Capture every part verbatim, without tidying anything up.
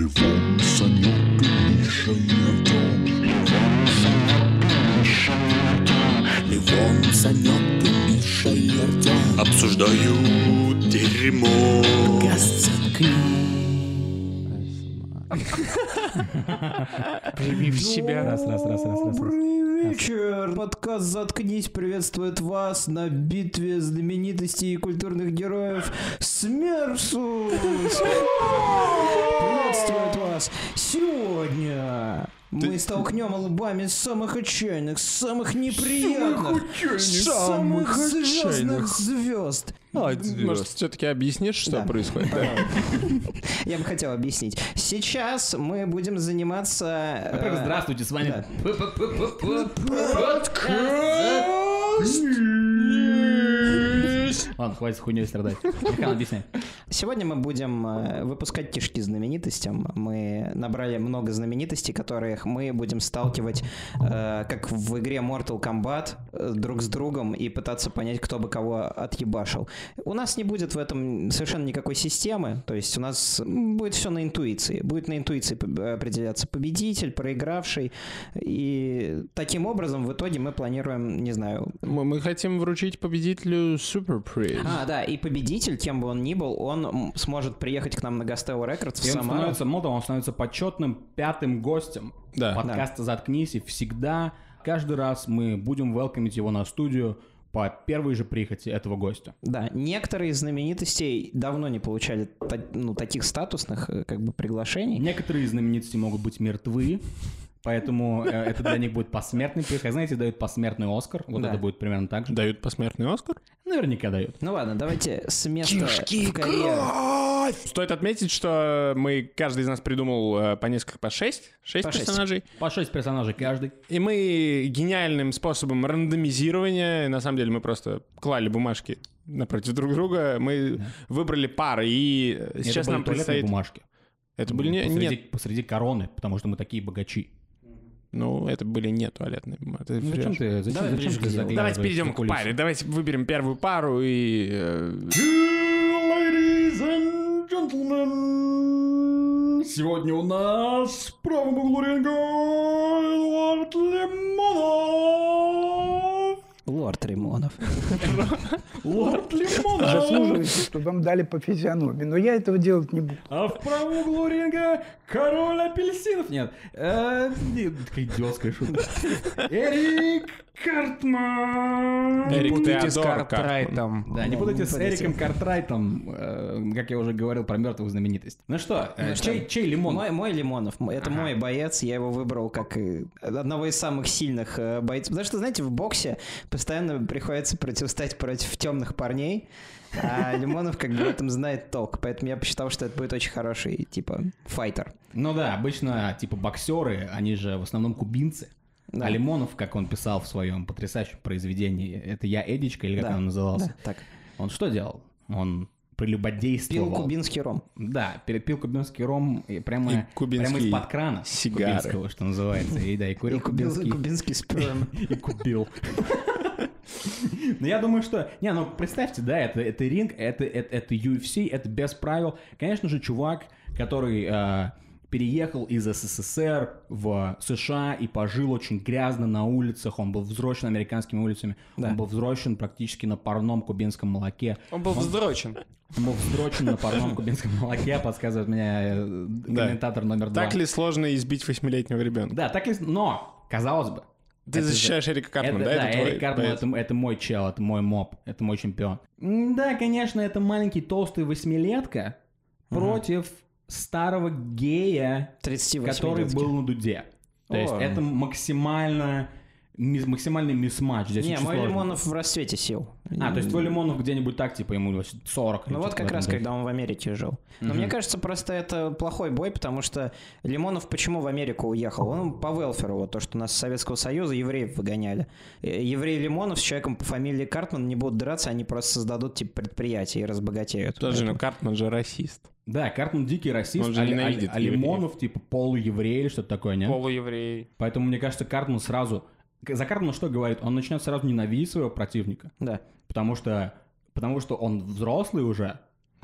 Левон, Санек и Миша и Артем. Левон, Санек и Миша и Артем обсуждают дерьмо. Подкаст Живи в себя. Раз, раз, раз, раз, раз. Добрый вечер. Подкаст «Заткнись» приветствует вас на битве знаменитостей и культурных героев Смерсус. Приветствует вас. Сегодня мы столкнем лбами самых отчаянных, самых неприятных, самых звездных звезд. А, может, все-таки объяснишь, что Да. происходит? Да? Я бы хотел объяснить. Сейчас мы будем заниматься... Во-первых, э, здравствуйте, с вами... Ладно, хватит с хуйней страдать. Михаил, объясняй. Сегодня мы будем э, выпускать кишки знаменитостям. Мы набрали много знаменитостей, которых мы будем сталкивать, э, как в игре Mortal Kombat, э, друг с другом и пытаться понять, кто бы кого отъебашил. У нас не будет в этом совершенно никакой системы, то есть у нас будет все на интуиции. Будет на интуиции поб- определяться победитель, проигравший, и таким образом в итоге мы планируем, не знаю... Мы, мы хотим вручить победителю Super Prize. А, да, и победитель, кем бы он ни был, он м, сможет приехать к нам на Гастелло Рекордс в И он Самару. становится, мол, он становится почетным пятым гостем Да. подкаста «Заткнись», и всегда, каждый раз мы будем велкомить его на студию по первой же прихоти этого гостя. Да, некоторые из знаменитостей давно не получали та- ну, таких статусных э, как бы приглашений. Некоторые из знаменитостей могут быть мертвы, поэтому э, это для них будет посмертный приз. Как знаете, дают посмертный Оскар, вот Да. это будет примерно так же. Дают посмертный Оскар? Наверняка дают. Ну ладно, давайте с места в карьеру. Стоит отметить, что мы, каждый из нас придумал э, по несколько, по шесть, шесть По шесть. персонажей. По шесть персонажей каждый. И мы гениальным способом рандомизирования, на самом деле мы просто клали бумажки напротив друг друга, мы выбрали пары, и э, сейчас это были нам туалетные предстоит... бумажки. Это были не... посреди, Нет, посреди короны, потому что мы такие богачи. ну, это были не туалетные бумажки. это Ну, зачем фреш. ты, зачем, Давай зачем ближе ты к делу. заглядываешь Давайте перейдем за к кулисы? паре. Давайте выберем первую пару и... э, Ladies and gentlemen, сегодня у нас в правом углу ринга Эдуард Лимонов. Лорд Римонов. Лорд Лимонов. Заслуживаете, чтобы вам дали по физиономии. Но я этого делать не буду. А в правом углу ринга король апельсинов. Нет, э, нет, такая идиотская шутка. Эрик Картман. Эрик Путайте с Теодор Картрайтом. Да, не путайте с путайте. Эриком Картрайтом, э, как я уже говорил про мертвых знаменитостей. Ну что, э, Ну что, чей, чей лимон? Мой, мой Лимонов, м- это мой боец, я его выбрал как э, одного из самых сильных э, бойцов. Потому что, знаете, в боксе постоянно приходится противостоять против темных парней, а Лимонов как бы в этом знает толк, поэтому я посчитал, что это будет очень хороший, типа, файтер. Ну да, обычно, типа, боксеры, они же в основном кубинцы. Да. А Лимонов, как он писал в своем потрясающем произведении, это «Я Эдичка», или как Да, он назывался, Да, так. он что делал? Он Пил прелюбодействовал. кубинский ром. Да, перепил кубинский ром и прямо, И кубинские прямо из-под крана сигары. кубинского, что называется. И да, и курил И кубил, кубинский... кубинский сперм. И купил. Ну, я думаю, что... Не, ну, представьте, да, это, это ринг, это, это, это ю эф си, это без правил. Конечно же, чувак, который э, переехал из эс эс эс эр в США и пожил очень грязно на улицах. Он был взросшен американскими улицами. Да. Он был взросшен практически на парном кубинском молоке. Он был вздрочен. Он был вздрочен на парном кубинском молоке, подсказывает мне э, комментатор номер два. Так ли сложно избить восьмилетнего ребенка? Да, так ли... Но, казалось бы, Ты это же- защищаешь Эрика Картмана, да? да, Это твой Эрик Картман боец? это, это мой чел, это мой моб, это мой чемпион. М, Да, конечно, это маленький толстый восьмилетка против старого гея, тридцать восемь который летки. был на дуде. То есть О. это максимально мис- максимальный мисс-матч. Здесь Не, очень мой сложно. Лимонов в расцвете сил. А, то есть твой Лимонов где-нибудь так, типа, ему сорок. или Ну вот что-то как в раз, этом духе. когда он в Америке жил. Но Мгм. мне кажется, просто это плохой бой, потому что Лимонов почему в Америку уехал? Он по велферу, вот то, что нас с Советского Союза евреев выгоняли. Э, Еврей Лимонов с человеком по фамилии Картман не будут драться, они просто создадут типа предприятие и разбогатеют. Подожди, ну Поэтому- Картман же расист. Да, Картман дикий расист, Он же а, Ли- ненавидит а- а евреев. Лимонов, типа, полуеврей или что-то такое, нет? Полуеврей. Поэтому, мне кажется, Картман сразу... За Картмана что говорит? Он начнет сразу ненавидеть своего противника. Да. Потому что, потому что он взрослый уже,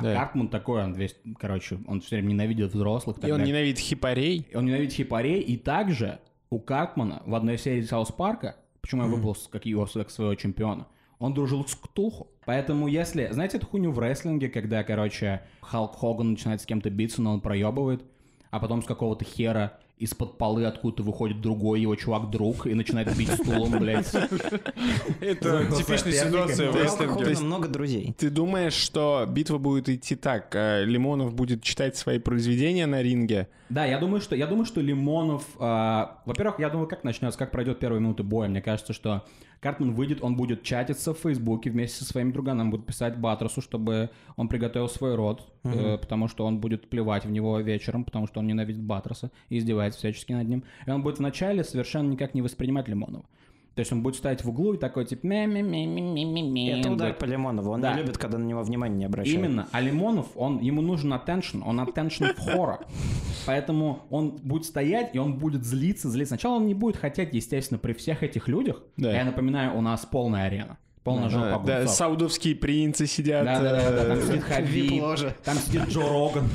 Да. Картман такой, он весь, короче, он все время ненавидит взрослых. И так он далее. ненавидит хипарей. И он ненавидит хипарей, и также у Картмана в одной серии Саус Парка, почему я выбрал с- как его как своего чемпиона, он дружил с Ктулху. Поэтому если... Знаете эту хуйню в рестлинге, когда, короче, Халк Хоган начинает с кем-то биться, но он проебывает, а потом с какого-то хера из-под полы откуда-то выходит другой его чувак-друг и начинает бить стулом, блядь. Это Своего типичная соперника. ситуация в У Халка рестлинге. То Хогана есть много друзей. ты думаешь, что битва будет идти так? э, Лимонов будет читать свои произведения на ринге? Да, я думаю, что я думаю, что Лимонов. а, во-первых, я думаю, как начнется, как пройдет первые минуты боя. Мне кажется, что Картман выйдет, он будет чатиться в Фейсбуке вместе со своими друганами, будет писать Батросу, чтобы он приготовил свой рот, э, потому что он будет плевать в него вечером, потому что он ненавидит Батроса и издевается всячески над ним. И он будет вначале совершенно никак не воспринимать Лимонова. То есть он будет стоять в углу и такой типа мя-мя-мя-мя-мя-мя. Это Он удар будет- по Лимонову. Он Да. не любит, когда на него внимания не обращают. Именно. А Лимонов, он, ему нужен attention, он attention в хора. Поэтому он будет стоять, и он будет злиться, злиться. Сначала он не будет хотеть, естественно, при всех этих людях. Да. Я напоминаю, у нас полная арена. Полная жопа Да, да, огурцов. саудовские принцы сидят. Да, да, да, да, там э, сидит Хабиб, вип-ложа. там сидит Джо Роган.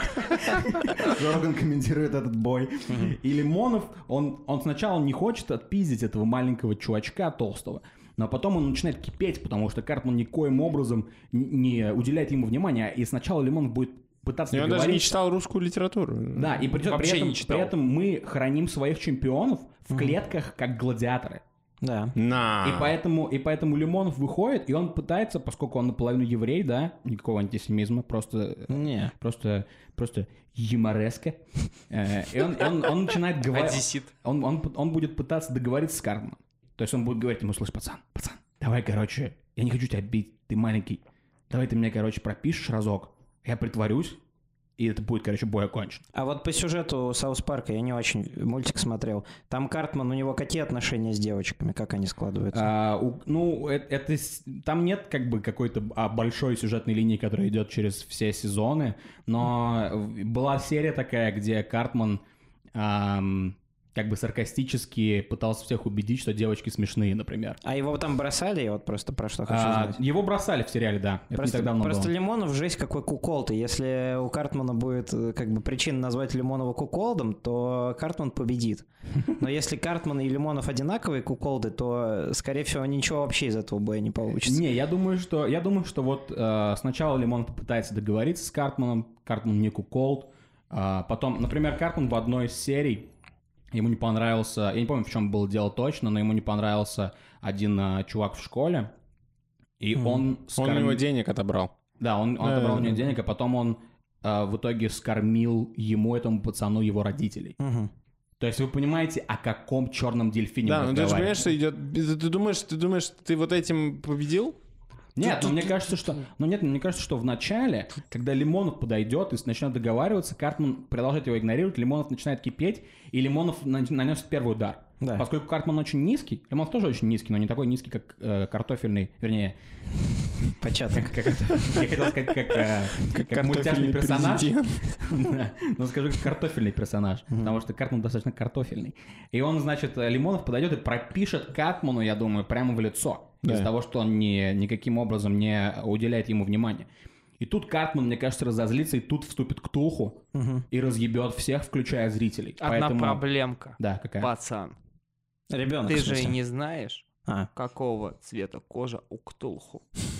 Джо Роган комментирует этот бой. И Лимонов, он, он сначала не хочет отпиздить этого маленького чувачка толстого, но потом он начинает кипеть, потому что Картман никоим образом н- не уделяет ему внимания, и сначала Лимонов будет пытаться И он даже не договориться. читал русскую литературу. Да, и при, при Вообще этом, не читал. при этом мы храним своих чемпионов в клетках, как гладиаторы. Да. На. И поэтому, и поэтому Лимонов выходит, и он пытается, поскольку он наполовину еврей, да, никакого антисемизма, просто, Не. просто, просто юмореска. Э, И он, и он, он начинает говорить, Одессит. он, он, он будет пытаться договориться с Картманом. То есть он будет говорить ему: слышь, пацан, пацан, давай, короче, я не хочу тебя бить, ты маленький, давай ты меня, короче, пропишешь разок, я притворюсь, и это будет, короче, бой окончен. А вот по сюжету Саус Парка я не очень мультик смотрел. Там Картман, у него какие отношения с девочками, как они складываются? А, у- ну, это, это с- там нет как бы какой-то а, большой сюжетной линии, которая идет через все сезоны, но в- была серия такая, где Картман ам, как бы саркастически пытался всех убедить, что девочки смешные, например. А его там бросали, я вот просто про что хочу А, знать. его бросали в сериале, да. Это Просто, не так давно просто было. Лимонов жесть какой куколд. И если у Картмана будет э, как бы причина назвать Лимонова куколдом, то Картман победит. Но если Картман и Лимонов одинаковые куколды, то, скорее всего, ничего вообще из этого боя не получится. Не, я думаю, что я думаю, что вот э, сначала Лимон попытается договориться с Картманом, Картман не куколд, а потом, например, Картман в одной из серий, ему не понравился, я не помню, в чем было дело точно, но ему не понравился один э, чувак в школе, и он Он у скорм- него денег отобрал. да, он, он Да, отобрал да, у него да. денег, а потом он э, в итоге скормил ему, этому пацану, его родителей. Мгм. То есть вы понимаете, о каком черном дельфине Да, мы ну ты же разговариваем? понимаешь, что идет... Ты, ты думаешь, ты думаешь, ты вот этим победил? Нет, но мне кажется, что, ну нет, мне кажется, что в начале, когда Лимонов подойдет и начнет договариваться, Картман продолжает его игнорировать, Лимонов начинает кипеть, и Лимонов на- нанес первый удар. Да. Поскольку Картман очень низкий, Лимонов тоже очень низкий, но не такой низкий, как э, картофельный, вернее, Початок. как это, я хотел сказать, как, э, как, мультяшный Картофельный персонаж. президент. Да, но скажу, как картофельный персонаж, потому что Картман достаточно картофельный. И он, значит, Лимонов подойдет и пропишет Картману, я думаю, прямо в лицо. Из-за Да. того, что он не, никаким образом не уделяет ему внимания. И тут Картман, мне кажется, разозлится, и тут вступит к Ктулху и разъебет всех, включая зрителей. Одна Поэтому... проблемка, Да, какая? пацан. Ребенок. Ты в же и смысле. не знаешь, А, какого цвета кожа у Ктулху.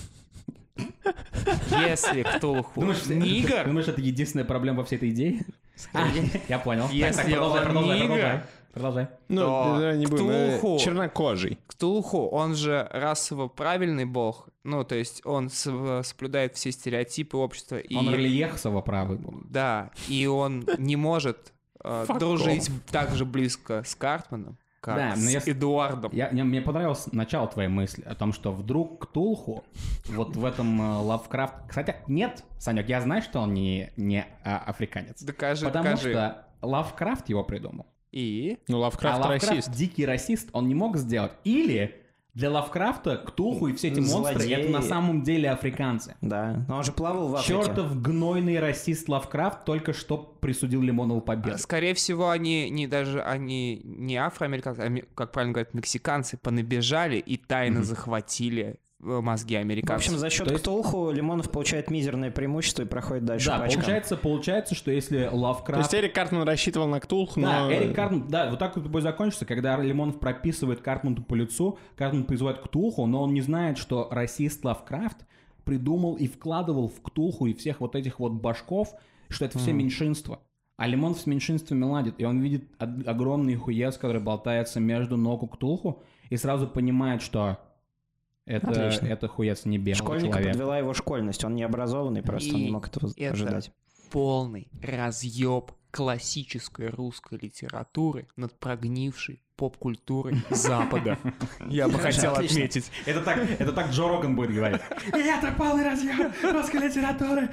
Если Ктулху Думаешь, нигер, думаешь, это единственная проблема во всей этой идее? А, я понял. Так, Если так, продолжай, он продолжай, нигер, продолжай. Продолжай. Ну, То да, не будем. э, Ктулху- Чернокожий. Ктулху, он же расово правильный бог, ну, то есть он с- соблюдает все стереотипы общества. И, Он рельефсово правый был. да, и он не может э, Fuck дружить так же близко с Картманом, как Да, но с я- Эдуардом. Я, мне, мне понравилось начало твоей мысли о том, что вдруг Ктулху вот в этом э, Лавкрафт... Кстати, нет, Санек, я знаю, что он не, не а, африканец. Докажи, Потому докажи. что Лавкрафт его придумал. И? Ну, а Лавкрафт Лавкрафт расист. дикий расист, он не мог сделать. Или для Лавкрафта Ктулху и все эти монстры Злодеи. это на самом деле африканцы. да. Но он же плавал в Африке. Чертов гнойный расист Лавкрафт только что присудил Лимонову победу. Скорее всего, они не даже они не афроамериканцы, а, ме- как правильно говорят, мексиканцы, понабежали и тайно захватили мозги В американцев. общем, за счет То есть- Ктулху Лимонов получает мизерное преимущество и проходит дальше Да, по очкам. получается, получается, что если То Лавкрафт... есть Эрик Картман рассчитывал на Ктулху, но... Да, Эрик Картман, да, вот так вот бой закончится, когда Лимонов прописывает Картману по лицу, Картман призывает Ктулху, но он не знает, что расист Лавкрафт придумал и вкладывал в Ктулху и всех вот этих вот башков, что это все меньшинство. А Лимонов с меньшинствами ладит, и он видит од- огромный хуец, который болтается между ног у Ктулху, и сразу понимает, что это, Отлично. это хуец не белый Школьника человек. подвела его школьность. Он не образованный, просто он И не мог этого это ожидать. полный разъеб классической русской литературы над прогнившей поп-культурой Запада. Я бы хотел Отлично. отметить. Это так, это так Джо Роган будет говорить. Это полный разъем русской литературы.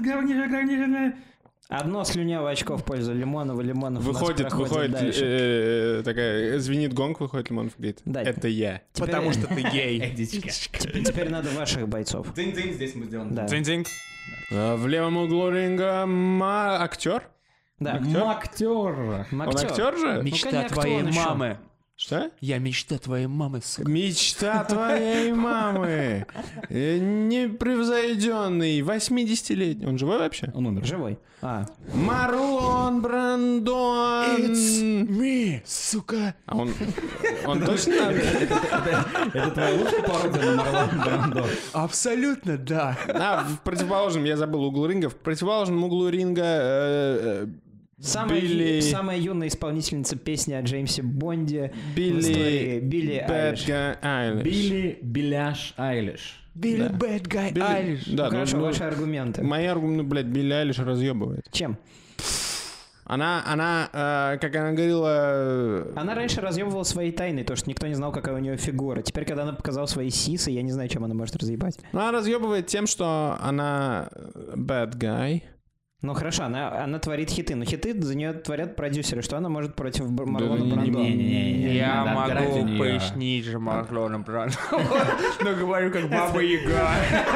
Одно слюнявое очко в пользу Лимонова. Лимонов у нас Выходит, проходит выходит, дальше. э, такая, звенит гонг, выходит Лимонов, говорит, Да. это я. Теперь- Потому что ты гей. Эдичка. Теперь, теперь надо ваших бойцов. Дзынь-дзынь, здесь мы сделаем. Да. Дзинь-дзинь. А в левом углу ринга ма- актер? Да. Актер. Он актер же? Мечта конечно, кто твоей он еще? мамы. Что? Я мечта твоей мамы, сука. Мечта твоей мамы. Э, Непревзойденный, восьмидесятилетний. Он живой вообще? Он умер. Живой. А, Марлон Брандон. me, сука. А он, он точно? Это твоя лучшая пародия на Марлона Брандо? Абсолютно, да. А, в противоположном, я забыл угол ринга, в противоположном углу ринга э, э, самая, Билли... самая юная исполнительница песни о Джеймсе Бонде в Билли... истории. Билли Bad Айлиш. Guy Eilish. Билли Беляш Айлиш. Билли Бэд Гай Билли- Айлиш. Да, Ну, хорошо, ну, ну, ваши аргументы. мои аргументы, ну, блядь, Билли Айлиш разъебывает. Чем? Она, она, э, как она говорила... э, Она раньше разъебывала свои тайны, то, что никто не знал, какая у нее фигура. Теперь, когда она показала свои сисы, я не знаю, чем она может разъебать. Ну, она разъебывает тем, что она э, bad guy. Ну хорошо, она, она творит хиты, но хиты за нее творят продюсеры. Что она может против Бр- Марлона не- не- Брандо? Не-не-не. Я надо отбирать у могу неё. пояснить же Марлона Брандо. Но говорю как Баба Яга.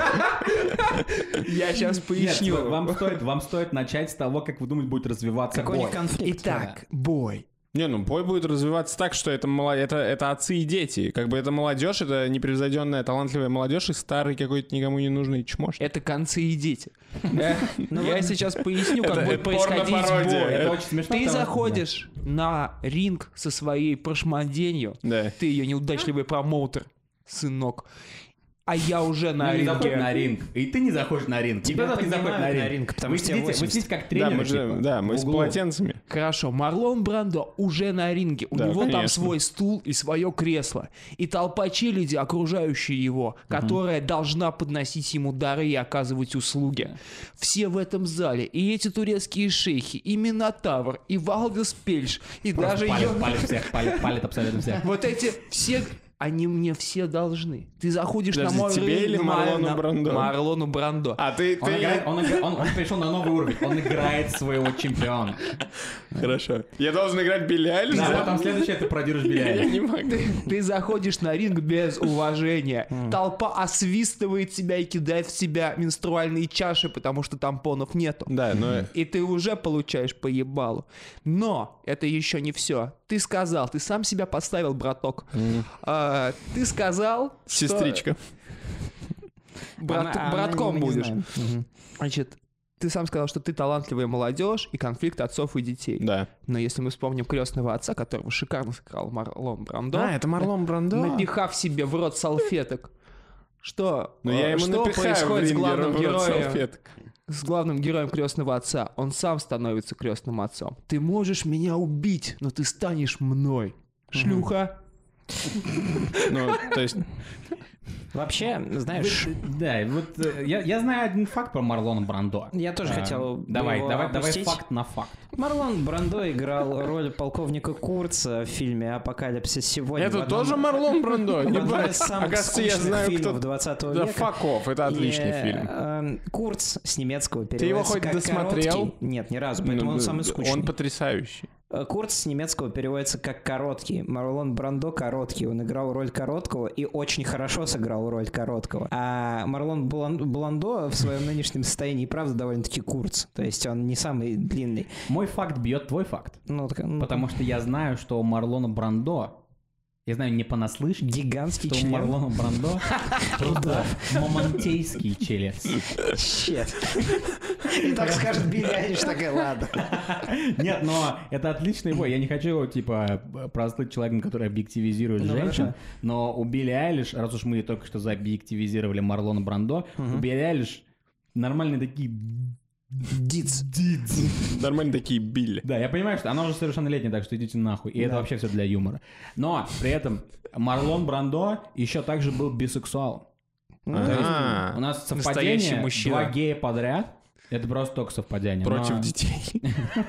Я сейчас Нет, поясню. вам стоит, вам стоит начать с того, как вы думаете, будет развиваться Какой у бой. них конфликт? Итак, бой. Не, ну бой будет развиваться так, что это, мало- это, это отцы и дети. Как бы это молодежь, это непревзойденная, талантливая молодежь и старый какой-то никому не нужный чмошник. Это концы и дети. Э, Я сейчас поясню, как Это будет происходить порно-пародия. бой. Это очень смешно. Ты потому что- заходишь на ринг со своей прошманденью. Да. Ты ее неудачливый промоутер, сынок. А я уже на Ну, не заходит на ринге. ринг. И ты не заходишь на ринг. Тебя Никто не заходит поднимают на ринг. на ринг, потому вы что тебе сидите, вы восемьдесят. сидите как Да, тренеры, мы, же, типа, да, мы в с углу. полотенцами. Хорошо, Марлон Брандо уже на ринге. У Да, него там конечно. свой стул и свое кресло. И толпа челяди, окружающая его, которая должна подносить ему дары и оказывать услуги. Все в этом зале. И эти турецкие шейхи, и Минотавр, и Валдес Пельш, и даже Палит, ее... палит всех, палит, палит абсолютно всех. Вот эти все... Они мне все должны. Ты заходишь Подожди, на мой тебе рынок, или на- Марлону на- Брандо? Марлону Брандо. А ты... Он, ты... играет, он, игра- он- он перешел на новый уровень. Он играет своего чемпиона. Хорошо. Я должен играть Билли Айлиш? Да, да? потом следующее ты продюришь Я Беляева. не могу. Ты заходишь на ринг без уважения. Толпа освистывает тебя и кидает в себя менструальные чаши, потому что тампонов нету. Да, но... И ты уже получаешь по ебалу. Но это еще не все. Ты сказал, ты сам себя подставил, браток. А, ты сказал, что Сестричка. брат- Она- она- братком мы не будешь. знаем. Мгм. Значит, ты сам сказал, что ты талантливая молодежь и конфликт отцов и детей. Да. Но если мы вспомним крестного отца, которого шикарно сыграл Марлон Брандо, А, это Марлон Брандо. напихав себе в рот салфеток, что, Но я э, ему что напихаю в происходит с ринге главным в рот героем? салфеток. С главным героем крестного отца. Он сам становится крестным отцом. Ты можешь меня убить, но ты станешь мной. Шлюха. Ну, то есть... Вообще, знаешь, Да, вот э, я, я знаю один факт про Марлона Брандо. я тоже А, хотел бы Давай, его давай, давай опустить. факт на факт. Марлон Брандо играл роль полковника Курца в фильме «Апокалипсис сегодня». в Это одном- тоже Марлон Брандо? в одном из Ебать. самых Оказывается, я скучных знаю, фильмов кто... двадцатого Да, века. fuck off, это отличный И, фильм. э, Курц с немецкого его переводится хоть как досмотрел? короткий. Нет, ни разу, поэтому Ну, он самый скучный. Он потрясающий. Э, Курц с немецкого переводится как короткий. Марлон Брандо короткий. Он играл роль короткого и очень хорошо сыграл роль короткого. А Марлон Блан- Бландо в своем нынешнем состоянии, правда, довольно-таки Курц. То есть он не самый длинный. Мой факт бьет твой факт. Ну, так, ну, Потому что я знаю, что у Марлона Брандо я знаю не понаслышке, Гигантский что у член. Марлона Брандо просто момантейский челец. Щет. И так скажет Билли Айлиш, такая, ладно. Нет, но это отличный бой. Я не хочу его, типа, прослыть человеком, который объективизирует Ну, женщин. хорошо. Но у Билли Айлиш, раз уж мы только что заобъективизировали Марлона Брандо, у Билли Айлиш нормальные такие... Диц. Нормально такие Билли. Да, я понимаю, что она уже совершеннолетняя, так что идите нахуй. И это вообще все для юмора. Но при этом Марлон Брандо еще также был бисексуалом. То есть Ага. у нас Настоящий совпадение, мужчина. два гея подряд. Это просто только совпадение. Против Но- детей.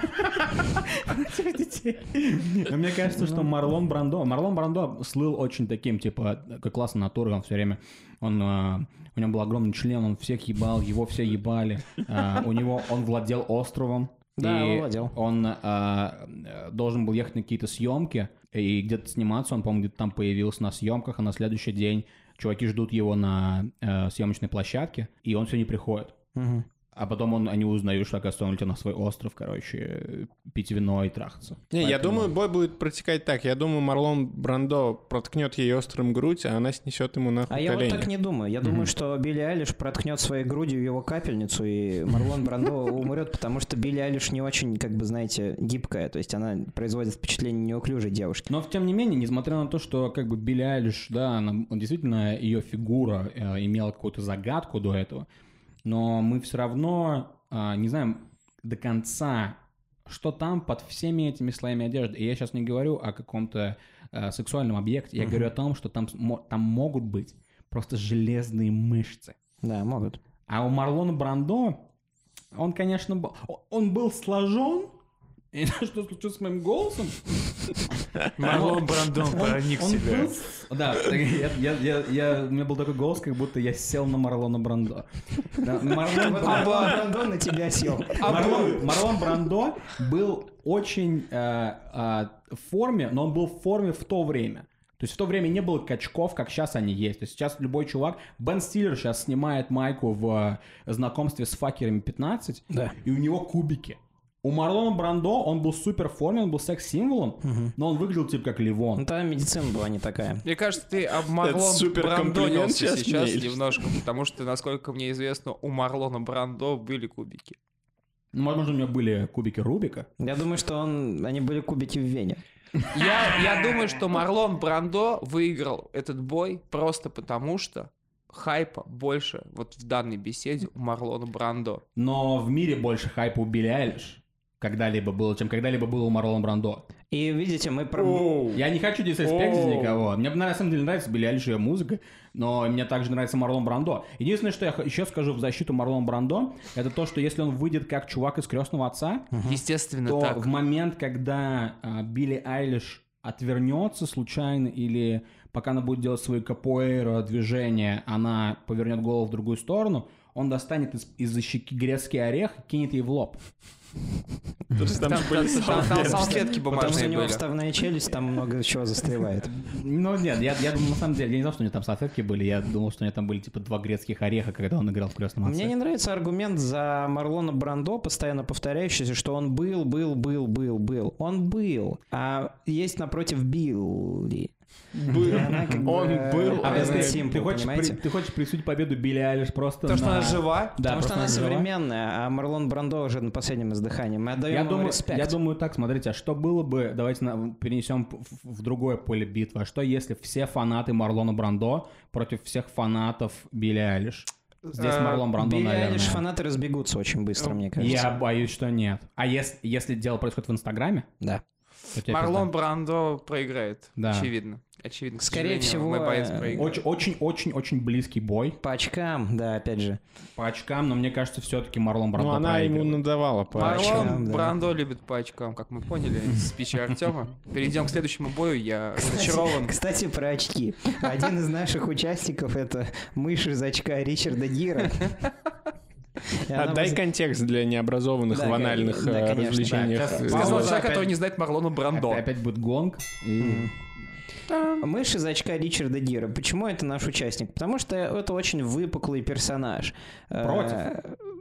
Против детей. Но мне кажется, что Марлон Брандо... Марлон Брандо слыл очень таким, типа, как классной натурой. Он все время... Он, э, у него был огромный член, он всех ебал, его все ебали. Э, у него... Он владел островом. Да, и он владел. Он э, должен был ехать на какие-то съемки и где-то сниматься. Он, по-моему, где-то там появился на съемках, а на следующий день чуваки ждут его на э, съемочной площадке, и он все не приходит. Мгм. А потом он, они узнают, что, оказывается, он летел на свой остров, короче, пить вино и трахаться. Не, я Поэтому- думаю, бой будет протекать так. Я думаю, Марлон Брандо проткнет ей острым грудь, а она снесет ему нахуй А я вот колени. так не думаю. Я думаю, что Билли Айлиш проткнет своей грудью его капельницу, и Марлон Брандо умрет, потому что Билли Айлиш не очень, как бы, знаете, гибкая. То есть она производит впечатление неуклюжей девушки. Но, тем не менее, несмотря на то, что как бы Билли Айлиш, да, она, он действительно, ее фигура э, имела какую-то загадку до этого, но мы все равно э, не знаем до конца, что там под всеми этими слоями одежды. И я сейчас не говорю о каком-то э, сексуальном объекте, я говорю о том, что там, мо- там могут быть просто железные мышцы. Да, могут. А у Марлона Брандо, он, конечно, был, он был сложен. И что случилось с моим голосом? Марлон Брандо проник в Он себя. был- Да, я, я, я, я- у меня был такой голос, как будто я сел на Марлона Брандо. Да, Марлон, Вот Брандо, Марлон Брандо на тебя сел. Марлон- Марлон Брандо был очень э, э, в форме, но он был в форме в то время. То есть в то время не было качков, как сейчас они есть. То есть сейчас любой чувак... Бен Стиллер сейчас снимает майку в э, знакомстве с факерами пятнадцать, Да. и у него кубики. У Марлона Брандо он был супер в форме, он был секс-символом, но он выглядел типа как Ну, Ливон. там медицина была не такая. Мне кажется, ты об Это Марлон супер комплимент Брандонился сейчас сейчас мне, или немножко, потому что, насколько мне известно, у Марлона Брандо были кубики. Ну, возможно, у него были кубики Рубика. Я думаю, что он, они были кубики в Вене. Я, я думаю, что Марлон Брандо выиграл этот бой просто потому, что хайпа больше вот в данной беседе у Марлона Брандо. Но в мире больше хайпа у Билли Айлиш когда-либо было, чем когда-либо было у Марлона Брандо. И видите, мы про... Я не хочу дисреспектить Оу. никого. Мне на самом деле нравится Билли Айлиш и ее музыка, но мне также нравится Марлон Брандо. Единственное, что я х- еще скажу в защиту Марлона Брандо, это то, что если он выйдет как чувак из «Крестного отца», Естественно, то так. в момент, когда а, Билли Айлиш отвернется случайно или пока она будет делать свои капоэйро движения, она повернет голову в другую сторону, он достанет из- из-за щеки грецкий орех и кинет ей в лоб. То есть там Там, же были там- там- там салфетки. салфетки Потому что бумажные у него были. вставная челюсть, там много чего застревает. Ну нет, я, я думал, на самом деле, я не знал, что у него там салфетки были, я думал, что у него там были типа два грецких ореха, когда он играл в «Крестном отце». Мне не нравится аргумент за Марлона Брандо, постоянно повторяющийся, что он был, был, был, был, был. Он был. А есть напротив Билли. Был. И она как бы, Он был. а, а это она- simple, ты, хочешь понимаете? при- ты хочешь присудить победу Билли Айлиш просто Потому что на- она жива. Да, Потому что она просто жива. современная, а Марлон Брандо уже на последнем издыхании. Мы отдаем Я ему думаю, респект. я думаю так, смотрите, а что было бы, давайте на- перенесем в, в другое поле битвы, а что если все фанаты Марлона Брандо против всех фанатов Билли Айлиш? Здесь Э, Марлон Брандо, Билли наверное. Айлиш фанаты разбегутся очень быстро, мне кажется. Я боюсь, что нет. А если, если дело происходит в Инстаграме, Да. то тебе Марлон пизда. Брандо проиграет. Да. Очевидно. Очевидно. К Скорее сожалению, всего, мой боец э, проиграет. Очень-очень-очень близкий бой По очкам, да, опять же. по очкам, но мне кажется, все-таки Марлон Брандо Ну, она ему проигрывает. надавала по Марлон очкам, да. Брандо любит по очкам, как мы поняли из спичи Артема. Перейдем к следующему бою. Я разочарован. Кстати, про очки. Один из наших участников — это мышь из очка Ричарда Гира. И она Отдай воз- контекст для необразованных Да, в анальных да, э, конечно, развлечениях. да. Сейчас э, Сказал Пауза, человек, опять- который не знает Марлона Брандо. Опять, опять будет гонг. И... Мышь из очка Ричарда Гира. Почему это наш участник? Потому что это очень выпуклый персонаж. Э, Против.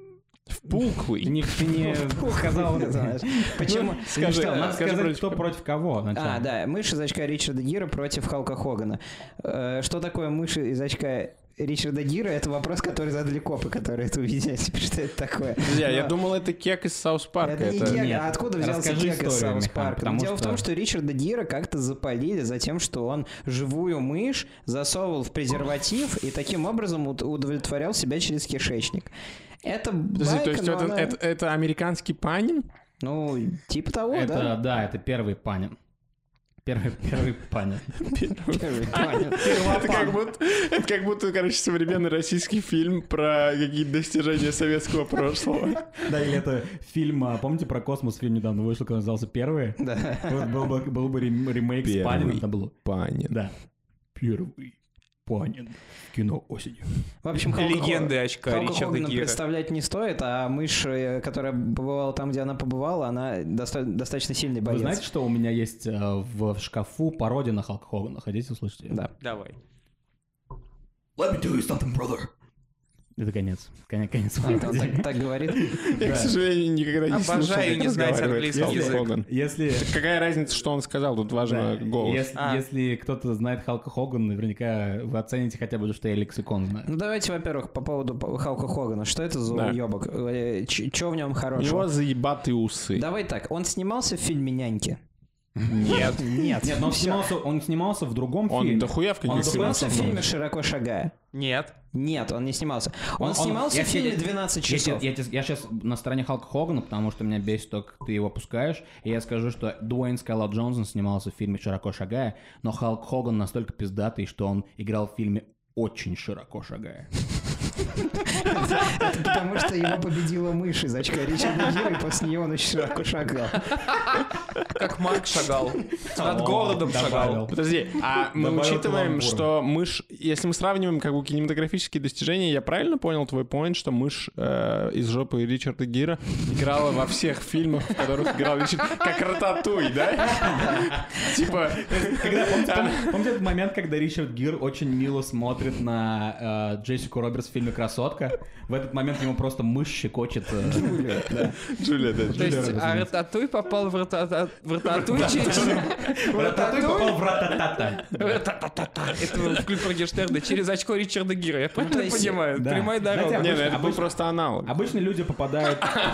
Впуклый. Ты не, ты не сказал... Знаешь. Почему? Скажи, Что, надо скажи сказать, против кто кого. против кого. сначала. А, да, мышь из очка Ричарда Гира против Халка Хогана. Э, Что такое мышь из очка Ричарда Гира? Это вопрос, который задали копы, которые это увидели. Что это такое? Друзья, я Но- думал, это кек из Саус Парка. Это не Это- кек, Нет. а откуда взялся Расскажи кек из историю, Саус Михан, Парка? потому Дело в том, что- что Ричарда Гира как-то запалили за тем, что он живую мышь засовывал в презерватив и таким образом уд- удовлетворял себя через кишечник. Это Подожди, байка, то есть но это, она- это, это американский панин? Ну, типа того, Это, да. да, это первый Панин. Первый, первый Панин. Первый Панин. Это как, будто, это как будто, короче, современный российский фильм про какие-то достижения советского прошлого. Да, или это фильм, а, помните, про космос фильм недавно вышел, который назывался «Первый»? Да. Вот был бы, был бы рем- ремейк с Панином, там было. Панин. Да. Первый Панин в кино осенью. В общем, Халка Легенды Хо- очка Халка Ричарда Хогана Гира. представлять не стоит, а мышь, э, которая побывала там, где она побывала, она доста- достаточно сильный боец. Вы знаете, что у меня есть э, в шкафу пародия на Халка Хогана? Хотите услышать? её? Да. Давай. Let me tell you something, brother. Это конец. Конец, конец. Антон так, так говорит. Я, к сожалению, никогда не слышал, Обожаю как не знать разговаривает английский Халк язык. Хоган. Если... Какая разница, что он сказал? Тут важно Да, голос. Если, А. если кто-то знает Халка Хогана, наверняка вы оцените хотя бы, что я лексикон знаю. Ну давайте, во-первых, по поводу П- Халка Хогана. Что это за Да. уебок? Э, ч- Чё в нем У хорошего? него заебатые усы. Давай так, он снимался в фильме «Няньки»? Нет. Нет. Нет, но он Всё. снимался, он снимался в другом Он фильме. дохуя в Он каких снимался в фильмах фильме «Широко шагая». Нет. Нет, он не снимался. Он, Он- он- снимался я в фильме тебе- «двенадцать Я, часов». те- я, те- я сейчас на стороне Халка Хогана, потому что меня бесит то, как ты его пускаешь. И я скажу, что Дуэйн Скала Джонсон снимался в фильме «Широко шагая», но Халк Хоган настолько пиздатый, что он играл в фильме «Очень широко шагая». Это потому, что его победила мышь из очка Ричарда Гира, и после нее он очень широко шагал. Как Марк шагал. Над О, городом добавил. шагал. Подожди, а мы Добавил учитываем, каламбура. что мышь, если мы сравниваем как бы кинематографические достижения, я правильно понял твой поинт, что мышь э, из жопы Ричарда Гира играла во всех фильмах, в которых играл Ричард, как Рататуй, да? Типа, Когда, помните, пом- помните этот момент, когда Ричард Гир очень мило смотрит на э, Джессику Робертс в фильме «Красотка»? В этот момент ему просто мышь щекочет. э, Джулия, да, То Джулия. есть, а Рататуй попал в Ратата- в Рататуй через... Рататуй попал в рататата. Рататата. Это в клип Моргенштерна через очко Ричарда Гира. Я правильно есть, понимаю? да. Прямая Знаете, дорога. Не, ну Обычно- это был обычно- просто аналог. Обычно люди попадают...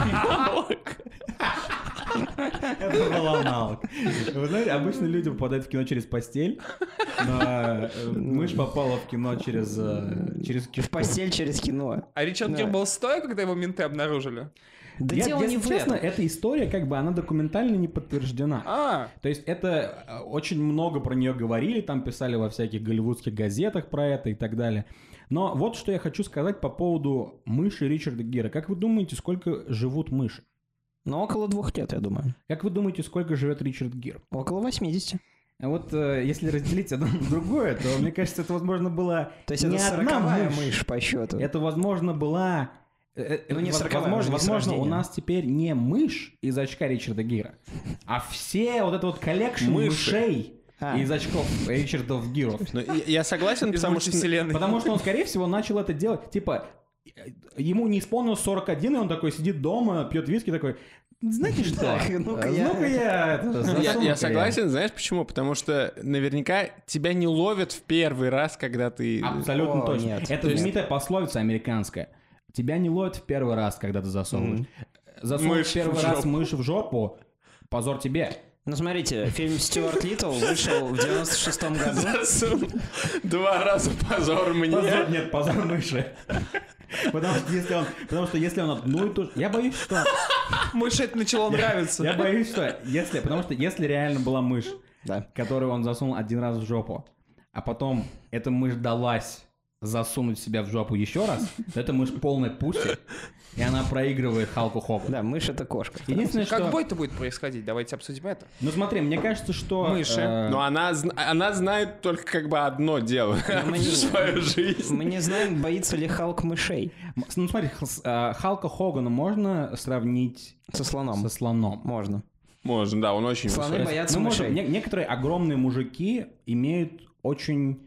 Это был аналог. Вы знаете, обычно люди попадают в кино через постель, но э, мышь попала в кино через э, через кишку. Постель через кино. А Ричард Да. Гир был стоя, когда его менты обнаружили? Да Я- дело если не в честно, этом. эта история, как бы, она документально не подтверждена. А, То есть это э, очень много про нее говорили, там писали во всяких голливудских газетах про это и так далее. Но вот что я хочу сказать по поводу мыши Ричарда Гира. Как вы думаете, сколько живут мыши? Ну, около двух лет, я думаю. Как вы думаете, сколько живет Ричард Гир? Около восьмидесяти. А вот э, если разделить одно на другое, то, мне кажется, это, возможно, была То есть не это одна сороковая мышь. мышь по счету. Это, возможно, была... э, э, Ну, не воз- сороковая, возможно, уже не с возможно, у рождения. нас теперь не мышь из очка Ричарда Гира, а все вот это вот коллекшн Мыши. мышей А. из очков Ричардов Гиров. Ну, я- я согласен, из потому что... мультивселенной. Потому что он, скорее всего, начал это делать, типа, ему не исполнилось сорок один, и он такой сидит дома, пьет виски, такой, знаете что, Так, ну-ка я- ну-ка я, это, Я, засуну-ка я согласен, знаешь почему? Потому что наверняка тебя не ловят в первый раз, когда ты... Абсолютно О, точно. нет. Это То есть- знаменитая пословица американская. Тебя не ловят в первый раз, когда ты засовываешь. Засунуть Мышь в первый в раз жопу. мышь в жопу, позор тебе. Ну, смотрите, фильм «Стюарт Литтл» вышел в девяносто шестом году. Засунул. Два раза позор мне. Позор, нет, позор мыши. Потому что если он, потому что если он одну и ту же... Я боюсь, что... Мыши это начало нравиться. Я боюсь, что если... Потому что если реально была мышь, Да. которую он засунул один раз в жопу, а потом эта мышь далась засунуть себя в жопу еще раз, то эта мышь полная пуси, и она проигрывает Халку Хогану. Да, мышь — это кошка. Единственное, Как что... бой-то будет происходить? Давайте обсудим это. Ну смотри, мне кажется, что... Мыши. э, Но она, зн- она знает только как бы одно дело мы не- всю свою жизнь. Мы не знаем, боится ли Халк мышей. м- ну смотри, х- с- э, Халка Хогана можно сравнить Со слоном. со слоном. Можно. Можно, да, он очень Слоны высокий. боятся Ну, может, мышей. не- некоторые огромные мужики имеют очень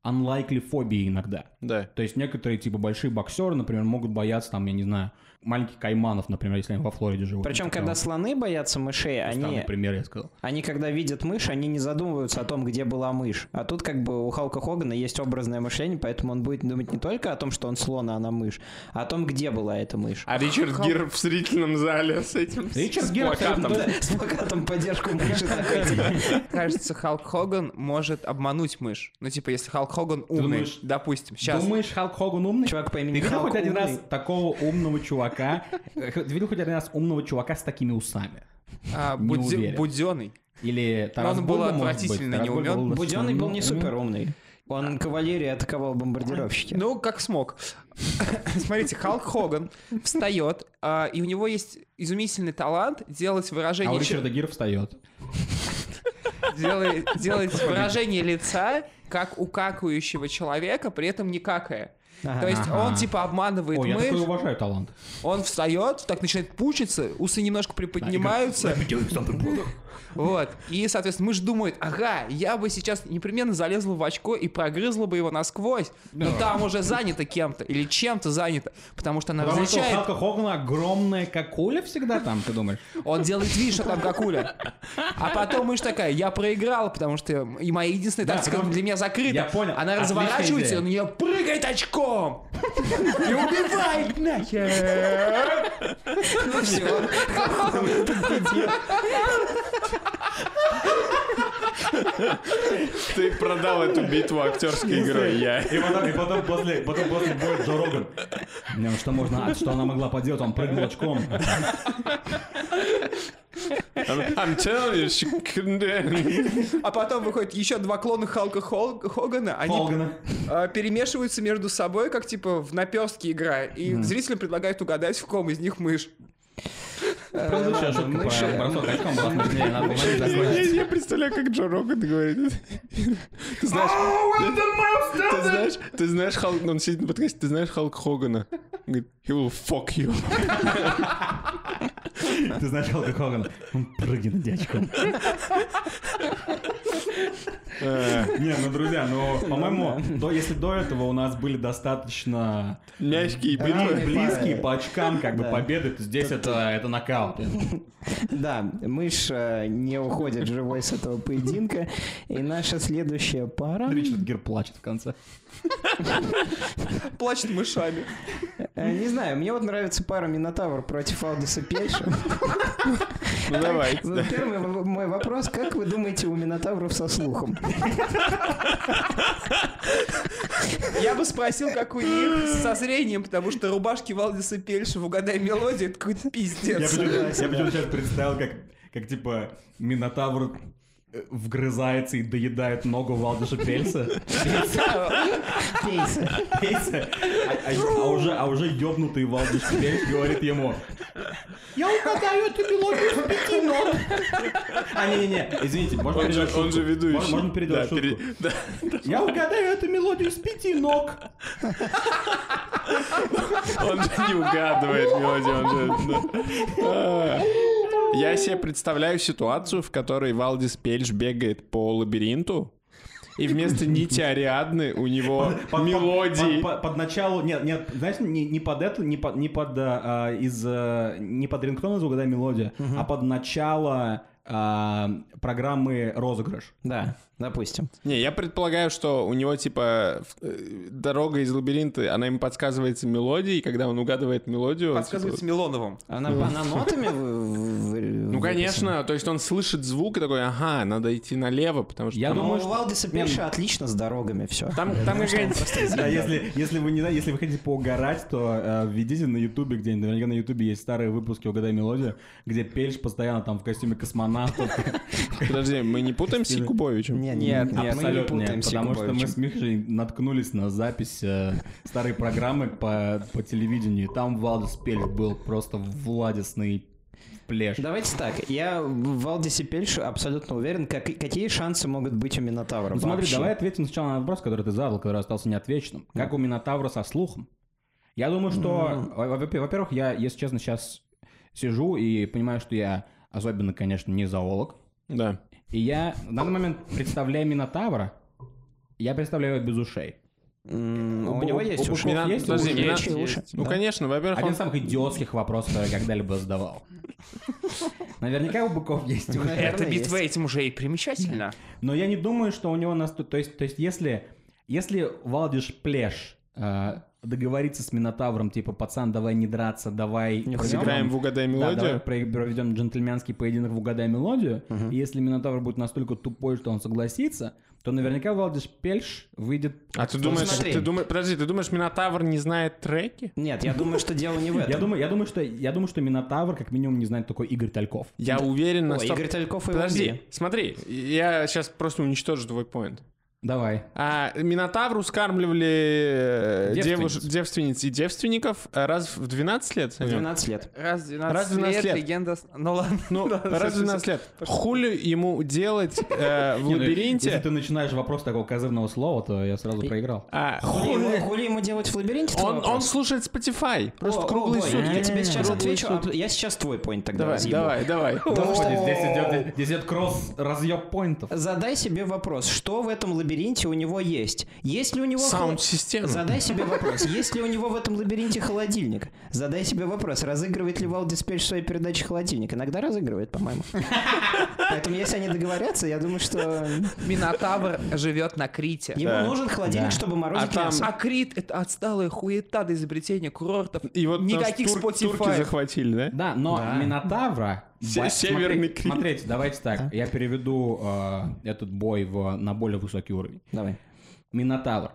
unlikely фобии иногда. Да. То есть некоторые, типа, большие боксеры, например, могут бояться, там, я не знаю, маленьких кайманов, например, если они во Флориде живут. Причем, Такого. когда слоны боятся мышей, Странный они, пример, я сказал. они, когда видят мышь, они не задумываются о том, где была мышь. А тут, как бы, у Халка Хогана есть образное мышление, поэтому он будет думать не только о том, что он слон, а она мышь, а о том, где была эта мышь. А Ричард Гир в зрительном зале с этим Ричард с Гир, плакатом. Да, с плакатом поддержку мыши такой, типа. Кажется, Халк Хоган может обмануть мышь. Ну, типа, если Халк Хоган умный, думаешь- допустим, сейчас. Думаешь, Халк Хоган умный? Чувак по Ты имени видел Халк хоть один умный? раз такого умного чувака? Ты видел хоть один раз умного чувака с такими усами? А, Не Будзё- уверен. Будённый. Или Тарас он был Бульба, может быть? отвратительно Тарас Бульба неумён. был Будённый был не достаточно супер умен. умный. Он кавалерии атаковал бомбардировщики. Ну, как смог. Смотрите, Халк Хоган встает, а, и у него есть изумительный талант делать А выражение... у че- Ричарда Гира встает. делает, делает выражение лица, как у какающего человека, при этом не какая. То есть Ага. он типа обманывает Ой, я такой мышь, уважаю талант. он встает, так начинает пучиться, усы немножко приподнимаются. Вот. И, соответственно, мышь думает, ага, я бы сейчас непременно залезла в очко и прогрызла бы его насквозь, но там уже занято кем-то или чем-то занято, потому что она Потому что у различает. Халка Хогана огромная какуля всегда там, ты думаешь? Он делает вид, что там какуля. А потом мышь такая, я проиграла, потому что и моя единственная Да, тактика потому что- для меня закрыта. Я понял. Она Отличная разворачивается, и идея. он ее прыгает очком. И убивает нахер. Ну все. Ты продал эту битву актерской игрой. Я. И потом, и потом после, потом после боя Джо Роган. Ну, что можно, а что она могла поделать? Он прыгнул очком. I'm, I'm telling you, she couldn't do anything. А потом выходит еще два клона Халка Хол- Хогана. Они Хогана. а, перемешиваются между собой, как типа в наперстке игра. И зрителям предлагают угадать, в ком из них мышь. Предыдущая шутка мыши. про бросок очком была смешнее, надо было Я, закончить. я представляю, как Джо Роган говорит. Ты знаешь, ты знаешь, ты знаешь, Халк, он сидит на подкасте, ты знаешь Халк Хогана? Он говорит, he will fuck you. Ты знаешь Халка Хогана? Он прыгнет очком. Не, ну, друзья, ну, по-моему, до- если до этого у нас были достаточно Мягкий бли- битвы. близкие по очкам как бы Да. победы, то здесь это это нокаут. Да, мышь э, не уходит живой с этого поединка. И наша следующая пара... Ричард Гир плачет в конце. Плачет мышами. Э, Не знаю, мне вот нравится пара Минотавр против Алдиса Пельша. Ну давай. Ну, Первый м- мой вопрос, как вы думаете у Минотавров со слухом? Я бы спросил, как у них со зрением, потому что рубашки Валдиса Пельша в «Угадай мелодию» — это какой-то Я пиздец. почему-то я почему-то сейчас представил, как, как типа Минотавр э, вгрызается и доедает ногу Валдиша Пельса. Пейсы. Пельса. А, а- а уже, а уже ёбнутый Валдиш Пельс говорит ему: я угадаю эту мелодию с пяти нот. А, не-не-не, извините, можно Он же, переделать он же шутку? ведущий. Можно, можно переделать Да, шутку? пере- да. Я угадаю эту мелодию с пяти ног. Он же не угадывает мелодию, он же... да. А. Я себе представляю ситуацию, в которой Валдис Пельш бегает по лабиринту, и вместо нити Ариадны у него Под- под- мелодии. Под, под- под началу, нет, нет, знаешь, не, не под эту, не под, не под, а, из, а, не под рингтон из «Угадай мелодию», а под начало а, программы «Розыгрыш». Да, допустим. Не, я предполагаю, что у него, типа, в- э, дорога из лабиринта, она ему подсказывается мелодией, и когда он угадывает мелодию... он, Подсказывается типа, Милоновым. Она, она нотами вы- вы- ну, конечно, то есть он слышит звук и такой, ага, надо идти налево, потому что... Я там- Ну, думаю, у что- Валдиса Пельша отлично с дорогами все. Там, там какая-нибудь... Да, если, если вы не знаете, если вы хотите поугарать, то э, введите на Ютубе где-нибудь, наверняка на Ютубе есть старые выпуски «Угадай мелодию», где Пельш постоянно там в костюме космонавта. Подожди, мы не путаем с Якубовичем? Нет, Нет, нет, мы не Абсолютно нет, путаемся, потому что мы Якубовичем. с Мишей наткнулись на запись э, старой программы по, по телевидению, и там Валдис Пельш был просто владесный плеш. Давайте так, я в Валдисе Пельшу абсолютно уверен, как, какие шансы могут быть у Минотавра Ну, смотри, вообще? давай ответим сначала на вопрос, который ты задал, который остался неотвеченным. Как у Минотавра со слухом? Я думаю, что, во- во- во-первых, я, если честно, сейчас сижу и понимаю, что я особенно, конечно, не зоолог. Да. И я в данный момент представляю Минотавра, Я представляю его без ушей. М, У У него Бу- есть у уши. Быкова Мина- есть подожди, уши? Мина- Есть уши, Ну, да. конечно, во-первых, Один он... из самых идиотских вопросов, который я когда-либо задавал. Наверняка у быков есть уши. Наверное, Это есть. битва этим уже и примечательно. Но я не думаю, что у него настолько... То есть, то есть если, если Валдиш Плеш э, договорится с Минотавром, типа, пацан, давай не драться, давай... Не проведем- Сыграем в «Угадай Да, давай мелодию». про- проведем джентльменский поединок в «Угадай мелодию». И если Минотавр будет настолько тупой, что он согласится, то наверняка Валдиш Пельш выйдет... А ты думаешь, смотри. ты думаешь, подожди, ты думаешь, Минотавр не знает треки? Нет, я думаю, что дело не в этом. Я думаю, я думаю, что я думаю, что Минотавр как минимум не знает такой Игорь Тальков. Я уверен на О, сто- Игорь Тальков и Подожди, Вамби. смотри, я сейчас просто уничтожу твой поинт. Давай. А Минотавру скармливали э, Девственниц. девуш- девственниц и девственников э, раз в двенадцать лет. В Санёк? двенадцать лет. Раз в двенадцать, Раз в двенадцать лет, лет. легенда... Ну ладно. Ну, раз в двенадцать лет. Хули ему делать э, в Не, ну, Если лабиринте? ты начинаешь вопрос такого козырного слова, то я сразу проиграл. А, Хули хули- ему, хули ему делать в лабиринте? твой Он, он вопрос? слушает Spotify. Просто О, круглые о, Бой, сутки. Я тебе сейчас Круглые отвечу, сутки. а я сейчас твой поинт тогда Давай, разъебу. давай, давай. Потому что Здесь идет, здесь идет кросс разъеб поинтов. задай себе вопрос, что в этом лабиринте у него есть? Есть ли у него... хол- Саунд-система. Задай себе вопрос, есть ли у него в этом лабиринте холодильник? Задай себе вопрос, разыгрывает ли Валдис Пельш в своей передаче холодильник? Иногда разыгрывает, по-моему. Поэтому если они договорятся, я думаю, что Минотавр живет на Крите. ему Да. нужен холодильник, Да. чтобы морозить А там- мясо. А Крит — это отсталая хуета до изобретения курортов. И вот Никаких нас тур- турки Spotify. захватили, да? Да, но Да. Минотавра... Се- ба- Северный смотри- Крит. Смотрите, давайте так. Я переведу э, этот бой в, на более высокий уровень. Давай. Минотавр.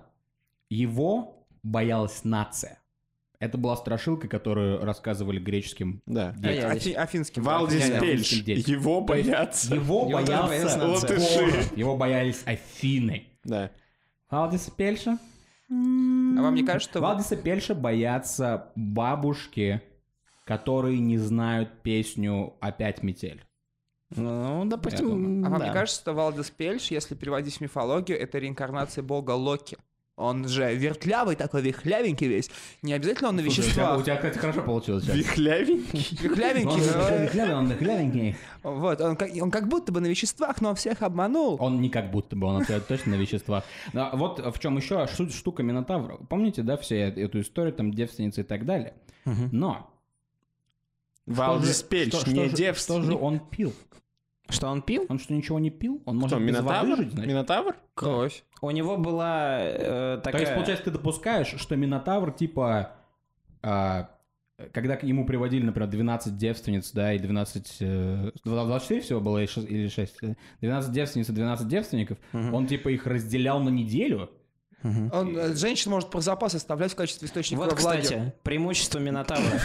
Его боялась нация. Это была страшилка, которую рассказывали греческим Да. детям. Афи- Афинский. Валдис Я- я- Пельш. я- я- Его боятся. Его Его боялся боялась нация. город. Его боялись Афины. Да. Валдиса Пельша? А вам не кажется, что... Валдиса Пельша боятся бабушки, которые не знают песню «Опять метель». Ну, Я допустим, думаю. А вам да. не кажется, что Валдис Пельш, если переводить в мифологию, это реинкарнация бога Локи? Он же вертлявый такой, вихлявенький весь. Не обязательно он на Слушай, у тебя, веществах. у тебя, кстати, хорошо получилось сейчас. Вихлявенький. Он Вихлявенький. э, вихлявый, он вихлявенький. Вот, он как, он как будто бы на веществах, но он всех обманул. Он не как будто бы, он абсолютно точно на веществах. Но вот в чем еще шу- штука Минотавра. Помните, да, все эту историю, там, девственницы и так далее? Но... Валдис что же- Пельш, что- не что же- Что же девственник. он пил? Что он пил? Он что, ничего не пил? Он Кто, может без воды Минотавр? жить, значит? Минотавр? Кровь. У него была э, такая... То есть, получается, ты допускаешь, что Минотавр, типа, а, когда к ему приводили, например, двенадцать девственниц, да, и двенадцать... э, двадцать четыре всего было или шесть- или шесть? двенадцать девственниц и двенадцать девственников, он, типа, их разделял на неделю? Он, э, женщина может про запас оставлять в качестве источника Вот, влаги. кстати, преимущество Минотавра.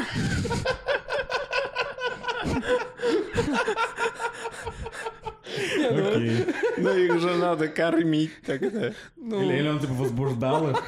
Окей. Ну их же надо кормить тогда. Или, или он, типа, возбуждал их?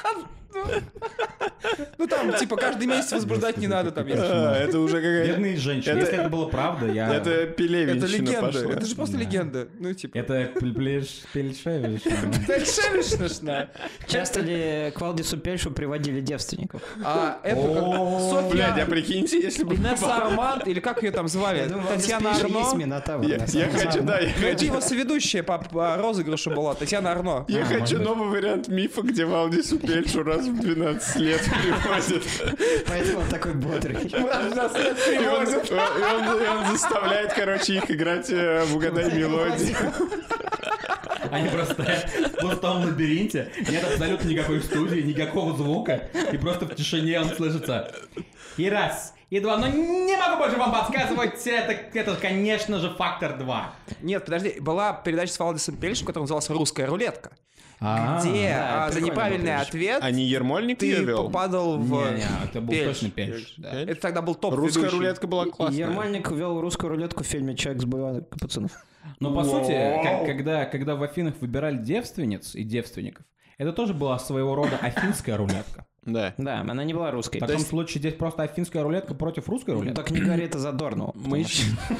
Ну там, типа, каждый месяц возбуждать не надо там. если- А, это уже какая-то... Бедные женщины. Это- Если это было правда, я... Это Это пелевинщина легенда. пошла. Это же просто Да. легенда. Ну, типа. Это Пельш Пельшевич. Пельшевичная. Часто ли к Валдису Пельшу приводили девственников? А это О, как Блядь, а Софья прикиньте, если бы... Инесса Арманд, или как ее там звали? Я думаю, Валдис Татьяна Пельш и есть Арно. Минотавр. Я на я самом деле. хочу, да, я Ну, это хочу... его соведущая по, по розыгрышу была, Татьяна Арно. Я А, хочу может быть. новый вариант мифа, где Валдису Пельшу раз в двенадцать лет приводят. Поэтому он такой бодрый. И он, и он- и он заставляет, короче, их играть э, в «Угадай мелодию». Они просто стоят в пустом лабиринте, нет абсолютно никакой студии, никакого звука, и просто в тишине он слышится. И раз, и два, но не могу больше вам подсказывать, это, это конечно же, фактор два. Нет, подожди, была передача с Валдисом Пельшем, которая называлась «Русская рулетка», А, где да, а, за прикольно неправильный был ответ А не Ермольник ее ты вел? попадал в... Не-не, это был Пельш. точно Пельш. да. Это тогда был топ Русская ведущий. рулетка была классная. Ермольник вел русскую рулетку в фильме «Человек с бульвара Капуцинов». Но по Вау. сути, как- когда, когда в Афинах выбирали девственниц и девственников, это тоже была своего рода афинская рулетка. Да. Да, она не была русской. В таком случае здесь просто афинская рулетка против русской Ну, рулетки. так не говори это Задорнову. Мы потому что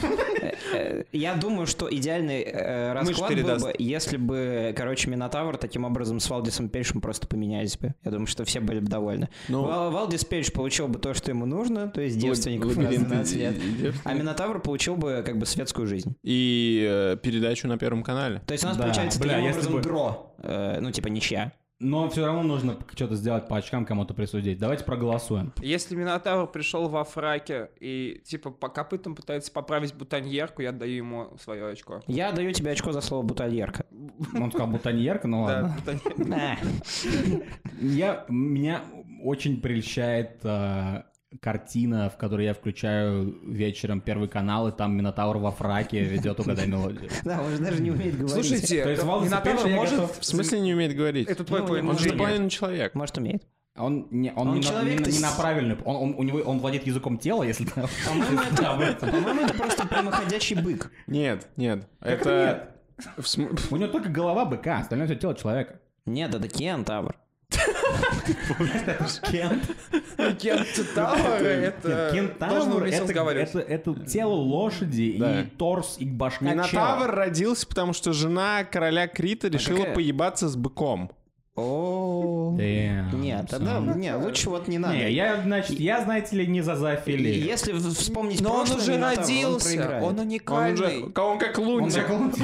э, я думаю, что идеальный э, расклад был передаст. бы, если бы, короче, Минотавр таким образом с Валдисом Пельшем просто поменялись бы. Я думаю, что все были бы довольны. Ну, Вал- Валдис Пельш получил бы то, что ему нужно, то есть девственников на лабиринты двенадцать лет. и- и девственников. А Минотавр получил бы как бы светскую жизнь. И э, передачу на Первом канале. То есть у нас Да, получается бля, таким если образом бы- дро. э, ну, типа ничья. Но все равно нужно что-то сделать по очкам, кому-то присудить. Давайте проголосуем. Если Минотавр пришел во фраке и типа по копытам пытается поправить бутоньерку, я даю ему свое очко. Я даю тебе очко за слово бутальерка. Он сказал бутоньерка, ну ладно. Да, бутоньерка. А, Я, меня очень прельщает э, картина, в которой я включаю вечером Первый канал, и там Минотавр во фраке ведет «Угадай мелодию». Да, он же даже не умеет говорить. Слушайте, То есть Валдиса Минотавр Пельша я может... готов- В смысле не умеет говорить? Это твой Ну, point. он Он же же наполовину человек. Может, умеет. Он не, он Он не, на- человек-то не, не с- на правильный, он, он, у него, он владеет языком тела, если да. По-моему, это, по-моему, это просто прямоходящий бык. Нет, нет. Как Это... в см- У него только голова быка, остальное все тело человека. Нет, это кентавр. Кент. Кентавр, это... Кентавр должен уметь это, разговаривать. это, это тело лошади Да. и торс, и башка Минотавр чела. родился, потому что жена короля Крита решила какая- поебаться с быком. О, Damn, нет, тогда son. не, лучше вот не надо. Не, я, значит, я, знаете ли, не за И зоофилию. Если в- вспомнить Но он прошлое уже Минотавра, он родился, проиграет. он Он уникальный. уже... Он как Он лунтик. как он-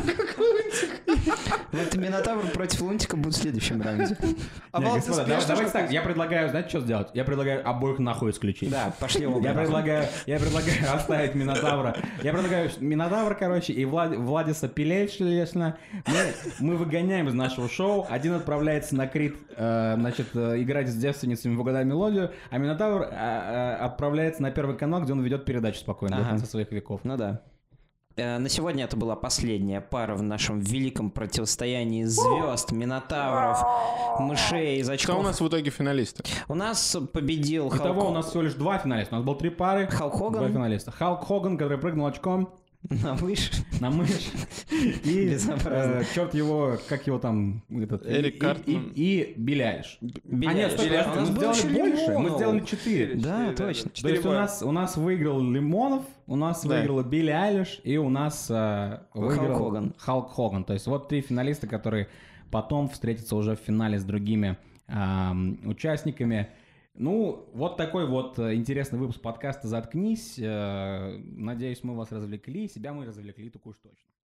Вот Минотавр против Лунтика будет в следующем раунде. А Не, Валдис господа, Пельш давай- тоже давайте так, какой-то- я предлагаю, знаете, что сделать? Я предлагаю обоих нахуй исключить. Да, пошли оба. Я нахуй. предлагаю, я предлагаю оставить Минотавра. Я предлагаю Минотавр, короче, и Влад- Владиса Пелешна. Мы, мы выгоняем из нашего шоу. Один отправляется на Крит, э, значит, э, играть с девственницами в «Угадай мелодию», а Минотавр э, э, отправляется на Первый канал, где он ведет передачу спокойно до Ага. конца своих веков. Ну да. Э, На сегодня это была последняя пара в нашем великом противостоянии звезд, минотавров, мышей из очков. Кто у нас в итоге финалисты? У нас победил Халк... Итого у нас всего лишь два финалиста. У нас было три пары. Халк Хоган. Два финалиста. Халк Хоган, который прыгнул очком на мышь. на мышь. И, Безобразно. э, черт его, как его там... Этот, Эрик и- и- Картман. И, и Билли Айлиш. Билли А нет, Айлиш. стой, Билли подожди, Айлиш. мы У нас сделали был еще больше, мы Лимонов. сделали четыре. Да, Четыре, да, точно. да. То Четыре есть у боя. нас, у нас выиграл Лимонов, у нас Да. выиграла Билли Айлиш, и у нас э, выиграл Хоган. Халк Хоган. То есть вот три финалиста, которые потом встретятся уже в финале с другими ам, участниками. Ну, вот такой вот э, интересный выпуск подкаста «Заткнись». Э, Надеюсь, мы вас развлекли. Себя мы развлекли, только уж точно.